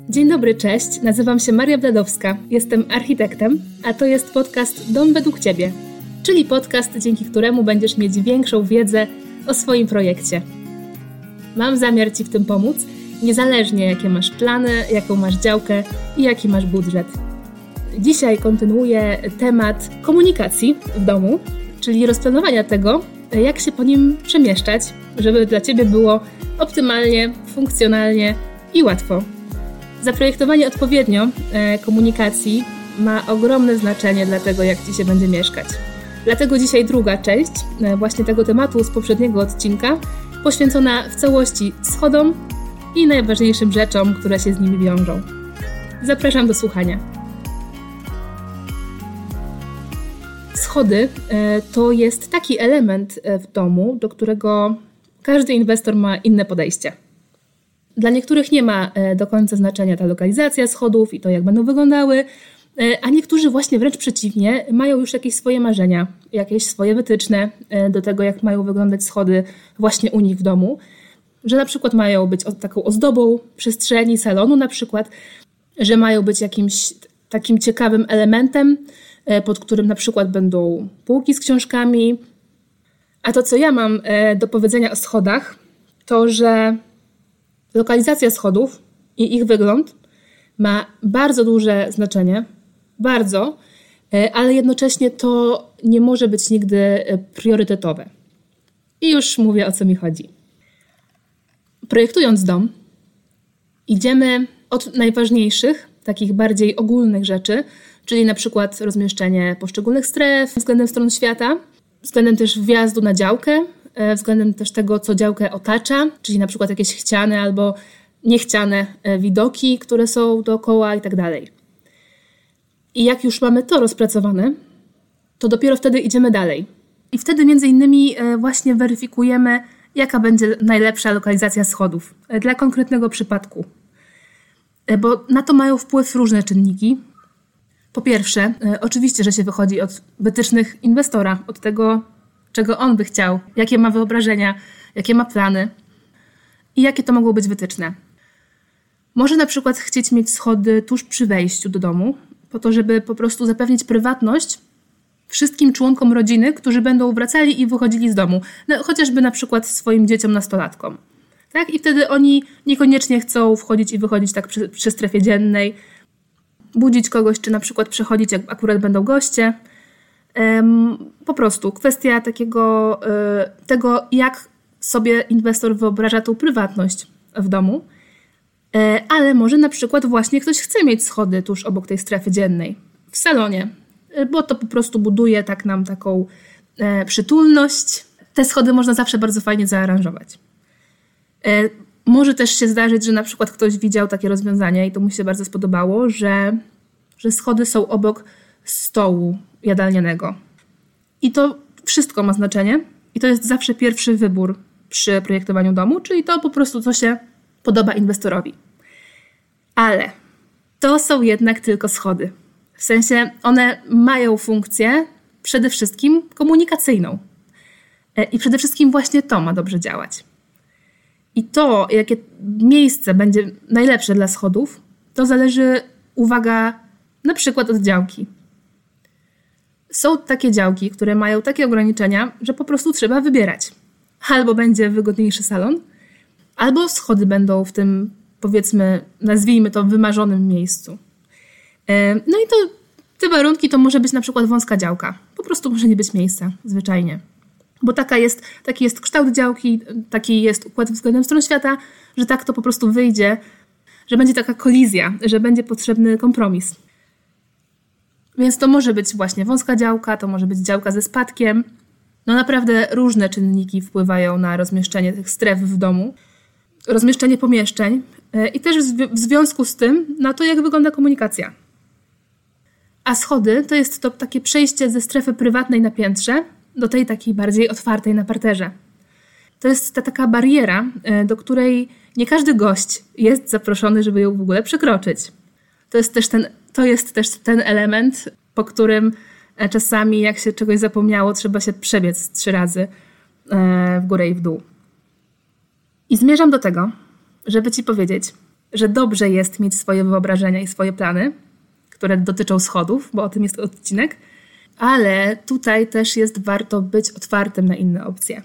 Dzień dobry, cześć. Nazywam się Maria Bladowska. Jestem architektem, a to jest podcast Dom według Ciebie, czyli podcast, dzięki któremu będziesz mieć większą wiedzę o swoim projekcie. Mam zamiar Ci w tym pomóc, niezależnie jakie masz plany, jaką masz działkę i jaki masz budżet. Dzisiaj kontynuuję temat komunikacji w domu, czyli rozplanowania tego, jak się po nim przemieszczać, żeby dla Ciebie było optymalnie, funkcjonalnie i łatwo. Zaprojektowanie odpowiednio komunikacji ma ogromne znaczenie dla tego, jak Ci się będzie mieszkać. Dlatego dzisiaj druga część właśnie tego tematu z poprzedniego odcinka, poświęcona w całości schodom i najważniejszym rzeczom, które się z nimi wiążą. Zapraszam do słuchania. Schody to jest taki element w domu, do którego każdy inwestor ma inne podejście. Dla niektórych nie ma do końca znaczenia ta lokalizacja schodów i to, jak będą wyglądały, a niektórzy właśnie wręcz przeciwnie, mają już jakieś swoje marzenia, jakieś swoje wytyczne do tego, jak mają wyglądać schody właśnie u nich w domu, że na przykład mają być taką ozdobą przestrzeni, salonu na przykład, że mają być jakimś takim ciekawym elementem, pod którym na przykład będą półki z książkami. A to, co ja mam do powiedzenia o schodach, to, że lokalizacja schodów i ich wygląd ma bardzo duże znaczenie, bardzo, ale jednocześnie to nie może być nigdy priorytetowe. I już mówię, o co mi chodzi. Projektując dom, idziemy od najważniejszych, takich bardziej ogólnych rzeczy, czyli na przykład rozmieszczenie poszczególnych stref względem stron świata, względem też wjazdu na działkę, względem też tego, co działkę otacza, czyli na przykład jakieś chciane albo niechciane widoki, które są dookoła i tak dalej. I jak już mamy to rozpracowane, to dopiero wtedy idziemy dalej. I wtedy między innymi właśnie weryfikujemy, jaka będzie najlepsza lokalizacja schodów dla konkretnego przypadku. Bo na to mają wpływ różne czynniki. Po pierwsze, oczywiście, że się wychodzi od wytycznych inwestora, od tego, czego on by chciał, jakie ma wyobrażenia, jakie ma plany i jakie to mogą być wytyczne. Może na przykład chcieć mieć schody tuż przy wejściu do domu, po to, żeby po prostu zapewnić prywatność wszystkim członkom rodziny, którzy będą wracali i wychodzili z domu, chociażby na przykład swoim dzieciom, nastolatkom. Tak? I wtedy oni niekoniecznie chcą wchodzić i wychodzić tak przy strefie dziennej, budzić kogoś, czy na przykład przechodzić, jak akurat będą goście. Po prostu kwestia tego, jak sobie inwestor wyobraża tą prywatność w domu, ale może na przykład właśnie ktoś chce mieć schody tuż obok tej strefy dziennej, w salonie, bo to po prostu buduje tak nam taką przytulność. Te schody można zawsze bardzo fajnie zaaranżować. Może też się zdarzyć, że na przykład ktoś widział takie rozwiązanie i to mu się bardzo spodobało, że schody są obok stołu jadalnianego. I to wszystko ma znaczenie i to jest zawsze pierwszy wybór przy projektowaniu domu, czyli to po prostu, co się podoba inwestorowi. Ale to są jednak tylko schody. W sensie one mają funkcję przede wszystkim komunikacyjną. I przede wszystkim właśnie to ma dobrze działać. I to, jakie miejsce będzie najlepsze dla schodów, to zależy, uwaga, na przykład od działki. Są takie działki, które mają takie ograniczenia, że po prostu trzeba wybierać. Albo będzie wygodniejszy salon, albo schody będą w tym, powiedzmy, nazwijmy to, wymarzonym miejscu. No i to te warunki to może być na przykład wąska działka. Po prostu może nie być miejsca, zwyczajnie. Bo taki jest kształt działki, taki jest układ względem stron świata, że tak to po prostu wyjdzie, że będzie taka kolizja, że będzie potrzebny kompromis. Więc to może być właśnie wąska działka, to może być działka ze spadkiem. No naprawdę różne czynniki wpływają na rozmieszczenie tych stref w domu, rozmieszczenie pomieszczeń i też w związku z tym na to, jak wygląda komunikacja. A schody to jest to takie przejście ze strefy prywatnej na piętrze do tej takiej bardziej otwartej na parterze. To jest ta taka bariera, do której nie każdy gość jest zaproszony, żeby ją w ogóle przekroczyć. To jest też ten element, po którym czasami, jak się czegoś zapomniało, trzeba się przebiec 3 razy w górę i w dół. I zmierzam do tego, żeby Ci powiedzieć, że dobrze jest mieć swoje wyobrażenia i swoje plany, które dotyczą schodów, bo o tym jest odcinek, ale tutaj też warto być otwartym na inne opcje.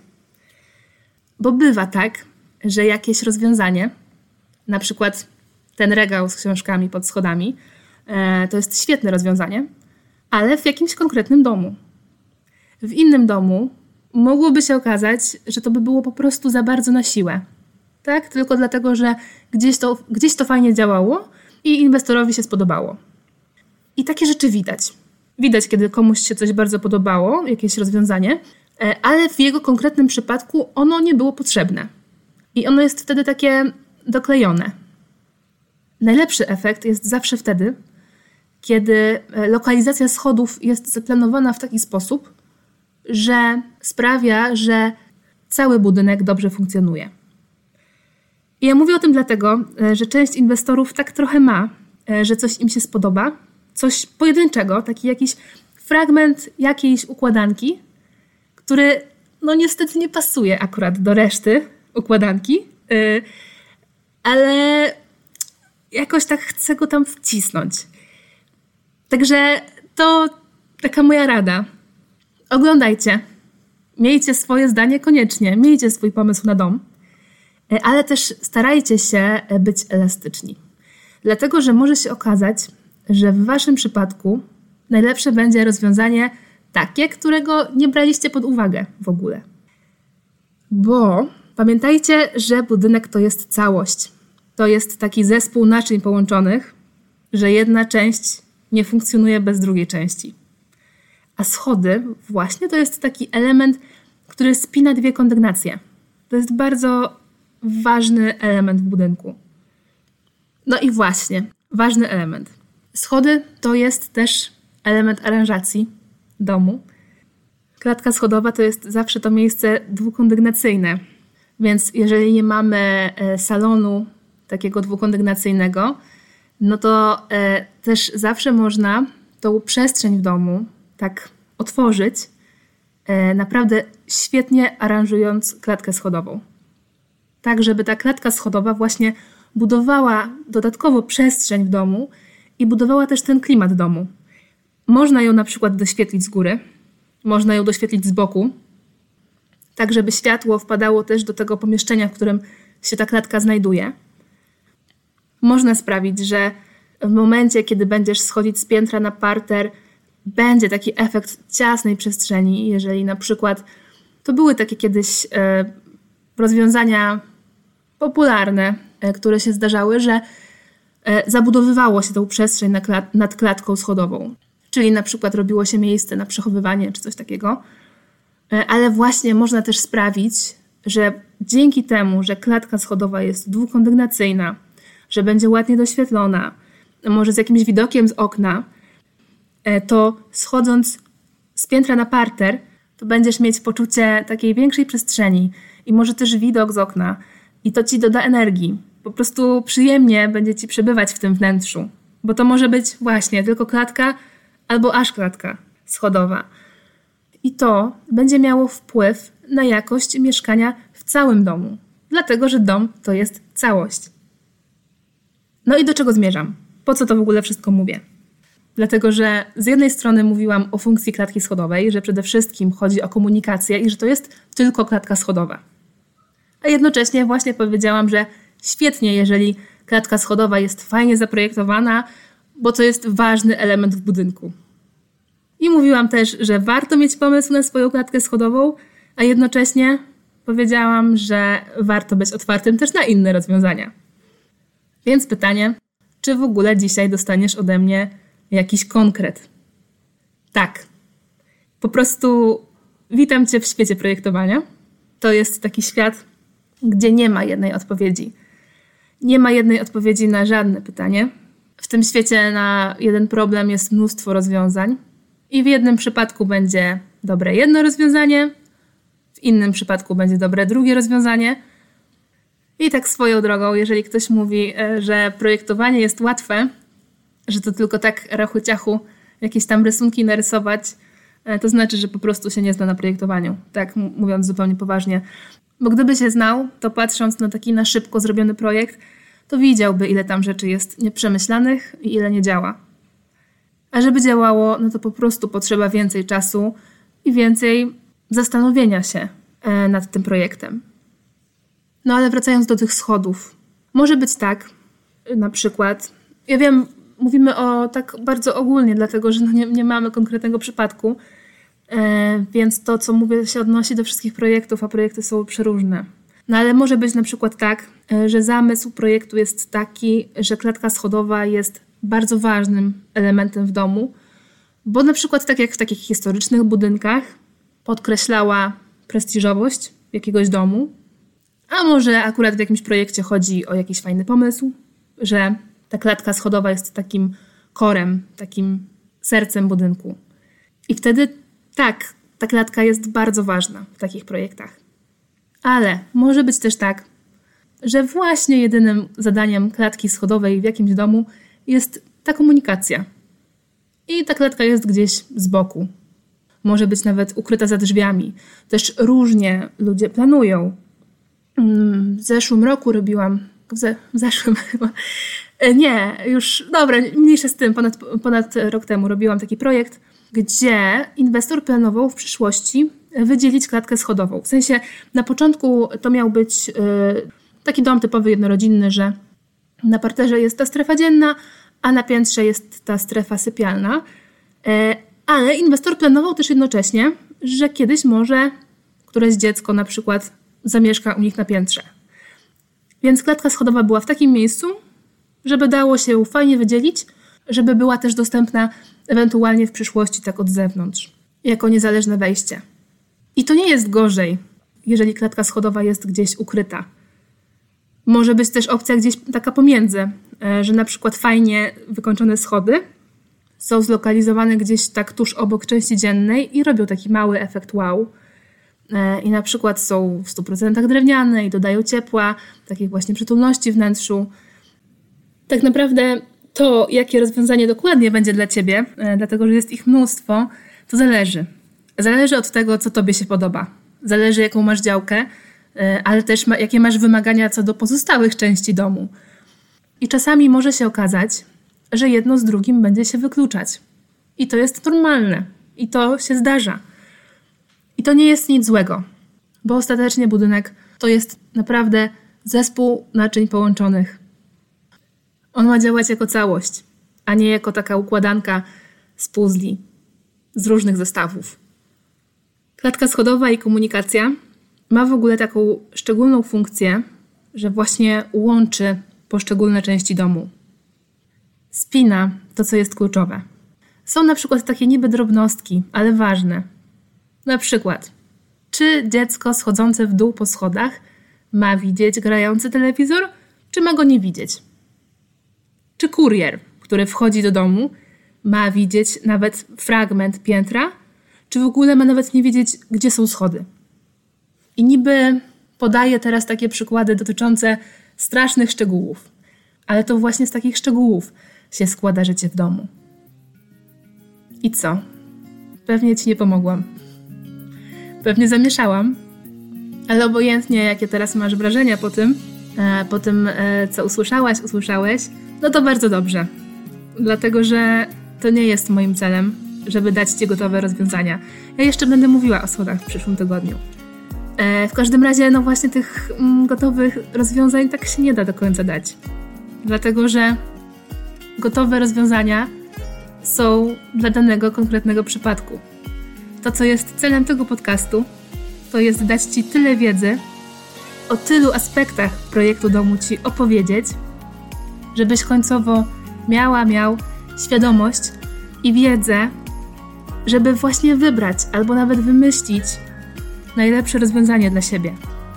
Bo bywa tak, że jakieś rozwiązanie, na przykład ten regał z książkami pod schodami, to jest świetne rozwiązanie, ale w jakimś konkretnym domu. W innym domu mogłoby się okazać, że to by było po prostu za bardzo na siłę. Tak? Tylko dlatego, że gdzieś to fajnie działało i inwestorowi się spodobało. I takie rzeczy widać. Widać, kiedy komuś się coś bardzo podobało, jakieś rozwiązanie, ale w jego konkretnym przypadku ono nie było potrzebne. I ono jest wtedy takie doklejone. Najlepszy efekt jest zawsze wtedy, kiedy lokalizacja schodów jest zaplanowana w taki sposób, że sprawia, że cały budynek dobrze funkcjonuje. I ja mówię o tym dlatego, że część inwestorów tak trochę ma, że coś im się spodoba, coś pojedynczego, taki jakiś fragment jakiejś układanki, który niestety nie pasuje akurat do reszty układanki, ale jakoś tak chcę go tam wcisnąć. Także to taka moja rada. Oglądajcie. Miejcie swoje zdanie koniecznie. Miejcie swój pomysł na dom. Ale też starajcie się być elastyczni. Dlatego, że może się okazać, że w waszym przypadku najlepsze będzie rozwiązanie takie, którego nie braliście pod uwagę w ogóle. Bo pamiętajcie, że budynek to jest całość. To jest taki zespół naczyń połączonych, że jedna część nie funkcjonuje bez drugiej części. A schody właśnie to jest taki element, który spina dwie kondygnacje. To jest bardzo ważny element w budynku. No i właśnie, ważny element. Schody to jest też element aranżacji domu. Klatka schodowa to jest zawsze to miejsce dwukondygnacyjne. Więc jeżeli nie mamy salonu takiego dwukondygnacyjnego, no to też zawsze można tą przestrzeń w domu tak otworzyć, naprawdę świetnie aranżując klatkę schodową. Tak, żeby ta klatka schodowa właśnie budowała dodatkowo przestrzeń w domu i budowała też ten klimat domu. Można ją na przykład doświetlić z góry, można ją doświetlić z boku, tak żeby światło wpadało też do tego pomieszczenia, w którym się ta klatka znajduje. Można sprawić, że w momencie, kiedy będziesz schodzić z piętra na parter, będzie taki efekt ciasnej przestrzeni, jeżeli na przykład to były takie kiedyś rozwiązania popularne, które się zdarzały, że zabudowywało się tą przestrzeń nad klatką schodową. Czyli na przykład robiło się miejsce na przechowywanie czy coś takiego. Ale właśnie można też sprawić, że dzięki temu, że klatka schodowa jest dwukondygnacyjna, że będzie ładnie doświetlona, może z jakimś widokiem z okna, to schodząc z piętra na parter, to będziesz mieć poczucie takiej większej przestrzeni i może też widok z okna i to ci doda energii. Po prostu przyjemnie będzie ci przebywać w tym wnętrzu, bo to może być właśnie tylko klatka albo aż klatka schodowa. I to będzie miało wpływ na jakość mieszkania w całym domu, dlatego że dom to jest całość. No i do czego zmierzam? Po co to w ogóle wszystko mówię? Dlatego, że z jednej strony mówiłam o funkcji klatki schodowej, że przede wszystkim chodzi o komunikację i że to jest tylko klatka schodowa. A jednocześnie właśnie powiedziałam, że świetnie, jeżeli klatka schodowa jest fajnie zaprojektowana, bo to jest ważny element w budynku. I mówiłam też, że warto mieć pomysł na swoją klatkę schodową, a jednocześnie powiedziałam, że warto być otwartym też na inne rozwiązania. Więc pytanie, czy w ogóle dzisiaj dostaniesz ode mnie jakiś konkret? Tak. Po prostu witam Cię w świecie projektowania. To jest taki świat, gdzie nie ma jednej odpowiedzi. Nie ma jednej odpowiedzi na żadne pytanie. W tym świecie na jeden problem jest mnóstwo rozwiązań. I w jednym przypadku będzie dobre jedno rozwiązanie, w innym przypadku będzie dobre drugie rozwiązanie. I tak swoją drogą, jeżeli ktoś mówi, że projektowanie jest łatwe, że to tylko tak rachu ciachu jakieś tam rysunki narysować, to znaczy, że po prostu się nie zna na projektowaniu. Tak mówiąc zupełnie poważnie. Bo gdyby się znał, to patrząc na taki na szybko zrobiony projekt, to widziałby, ile tam rzeczy jest nieprzemyślanych i ile nie działa. A żeby działało, no to po prostu potrzeba więcej czasu i więcej zastanowienia się nad tym projektem. No ale wracając do tych schodów. Może być tak, na przykład, ja wiem, mówimy o tak bardzo ogólnie, dlatego że nie mamy konkretnego przypadku, więc to, co mówię, się odnosi do wszystkich projektów, a projekty są przeróżne. No ale może być na przykład tak, że zamysł projektu jest taki, że klatka schodowa jest bardzo ważnym elementem w domu, bo na przykład tak jak w takich historycznych budynkach podkreślała prestiżowość jakiegoś domu, a może akurat w jakimś projekcie chodzi o jakiś fajny pomysł, że ta klatka schodowa jest takim korem, takim sercem budynku. I wtedy tak, ta klatka jest bardzo ważna w takich projektach. Ale może być też tak, że właśnie jedynym zadaniem klatki schodowej w jakimś domu jest ta komunikacja. I ta klatka jest gdzieś z boku. Może być nawet ukryta za drzwiami. Też różnie ludzie planują. W zeszłym roku robiłam... W zeszłym chyba... Nie, już... Dobra, mniejsze z tym. Ponad rok temu robiłam taki projekt, gdzie inwestor planował w przyszłości wydzielić klatkę schodową. W sensie na początku to miał być taki dom typowy jednorodzinny, że na parterze jest ta strefa dzienna, a na piętrze jest ta strefa sypialna. Ale inwestor planował też jednocześnie, że kiedyś może któreś dziecko na przykład zamieszka u nich na piętrze. Więc klatka schodowa była w takim miejscu, żeby dało się ją fajnie wydzielić, żeby była też dostępna ewentualnie w przyszłości tak od zewnątrz, jako niezależne wejście. I to nie jest gorzej, jeżeli klatka schodowa jest gdzieś ukryta. Może być też opcja gdzieś taka pomiędzy, że na przykład fajnie wykończone schody są zlokalizowane gdzieś tak tuż obok części dziennej i robią taki mały efekt wow. I na przykład są w 100% drewniane i dodają ciepła, takiej właśnie przytulności wnętrzu. Tak naprawdę to, jakie rozwiązanie dokładnie będzie dla Ciebie, dlatego że jest ich mnóstwo, to zależy. Zależy od tego, co Tobie się podoba. Zależy, jaką masz działkę, ale też jakie masz wymagania co do pozostałych części domu. I czasami może się okazać, że jedno z drugim będzie się wykluczać. I to jest normalne. I to się zdarza. I to nie jest nic złego, bo ostatecznie budynek to jest naprawdę zespół naczyń połączonych. On ma działać jako całość, a nie jako taka układanka z puzli, z różnych zestawów. Klatka schodowa i komunikacja ma w ogóle taką szczególną funkcję, że właśnie łączy poszczególne części domu. Spina to, co jest kluczowe. Są na przykład takie niby drobnostki, ale ważne. Na przykład, czy dziecko schodzące w dół po schodach ma widzieć grający telewizor, czy ma go nie widzieć? Czy kurier, który wchodzi do domu, ma widzieć nawet fragment piętra, czy w ogóle ma nawet nie wiedzieć, gdzie są schody? I niby podaję teraz takie przykłady dotyczące strasznych szczegółów, ale to właśnie z takich szczegółów się składa życie w domu. I co? Pewnie Ci nie pomogłam. Pewnie zamieszałam, ale obojętnie jakie teraz masz wrażenia po tym, co usłyszałeś, no to bardzo dobrze. Dlatego, że to nie jest moim celem, żeby dać Ci gotowe rozwiązania. Ja jeszcze będę mówiła o schodach w przyszłym tygodniu. W każdym razie, no właśnie tych gotowych rozwiązań tak się nie da do końca dać. Dlatego, że gotowe rozwiązania są dla danego konkretnego przypadku. To, co jest celem tego podcastu, to jest dać Ci tyle wiedzy, o tylu aspektach projektu domu Ci opowiedzieć, żebyś końcowo miał świadomość i wiedzę, żeby właśnie wybrać albo nawet wymyślić najlepsze rozwiązanie dla siebie.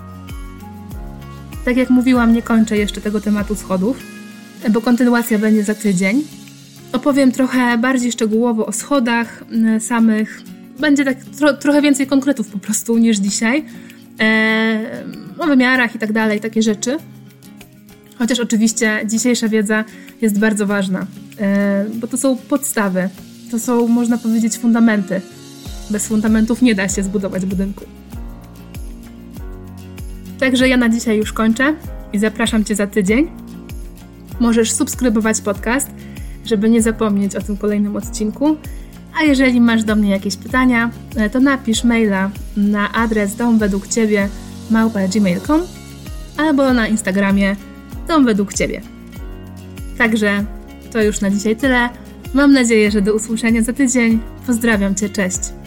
Tak jak mówiłam, nie kończę jeszcze tego tematu schodów, bo kontynuacja będzie za tydzień. Opowiem trochę bardziej szczegółowo o schodach samych. Będzie tak trochę więcej konkretów po prostu niż dzisiaj. O wymiarach i tak dalej, takie rzeczy. Chociaż oczywiście dzisiejsza wiedza jest bardzo ważna, bo to są podstawy. To są, można powiedzieć, fundamenty. Bez fundamentów nie da się zbudować budynku. Także ja na dzisiaj już kończę i zapraszam Cię za tydzień. Możesz subskrybować podcast, żeby nie zapomnieć o tym kolejnym odcinku. A jeżeli masz do mnie jakieś pytania, to napisz maila na adres domwedługciebie@gmail.com albo na Instagramie domwedługciebie. Także to już na dzisiaj tyle. Mam nadzieję, że do usłyszenia za tydzień. Pozdrawiam Cię, cześć!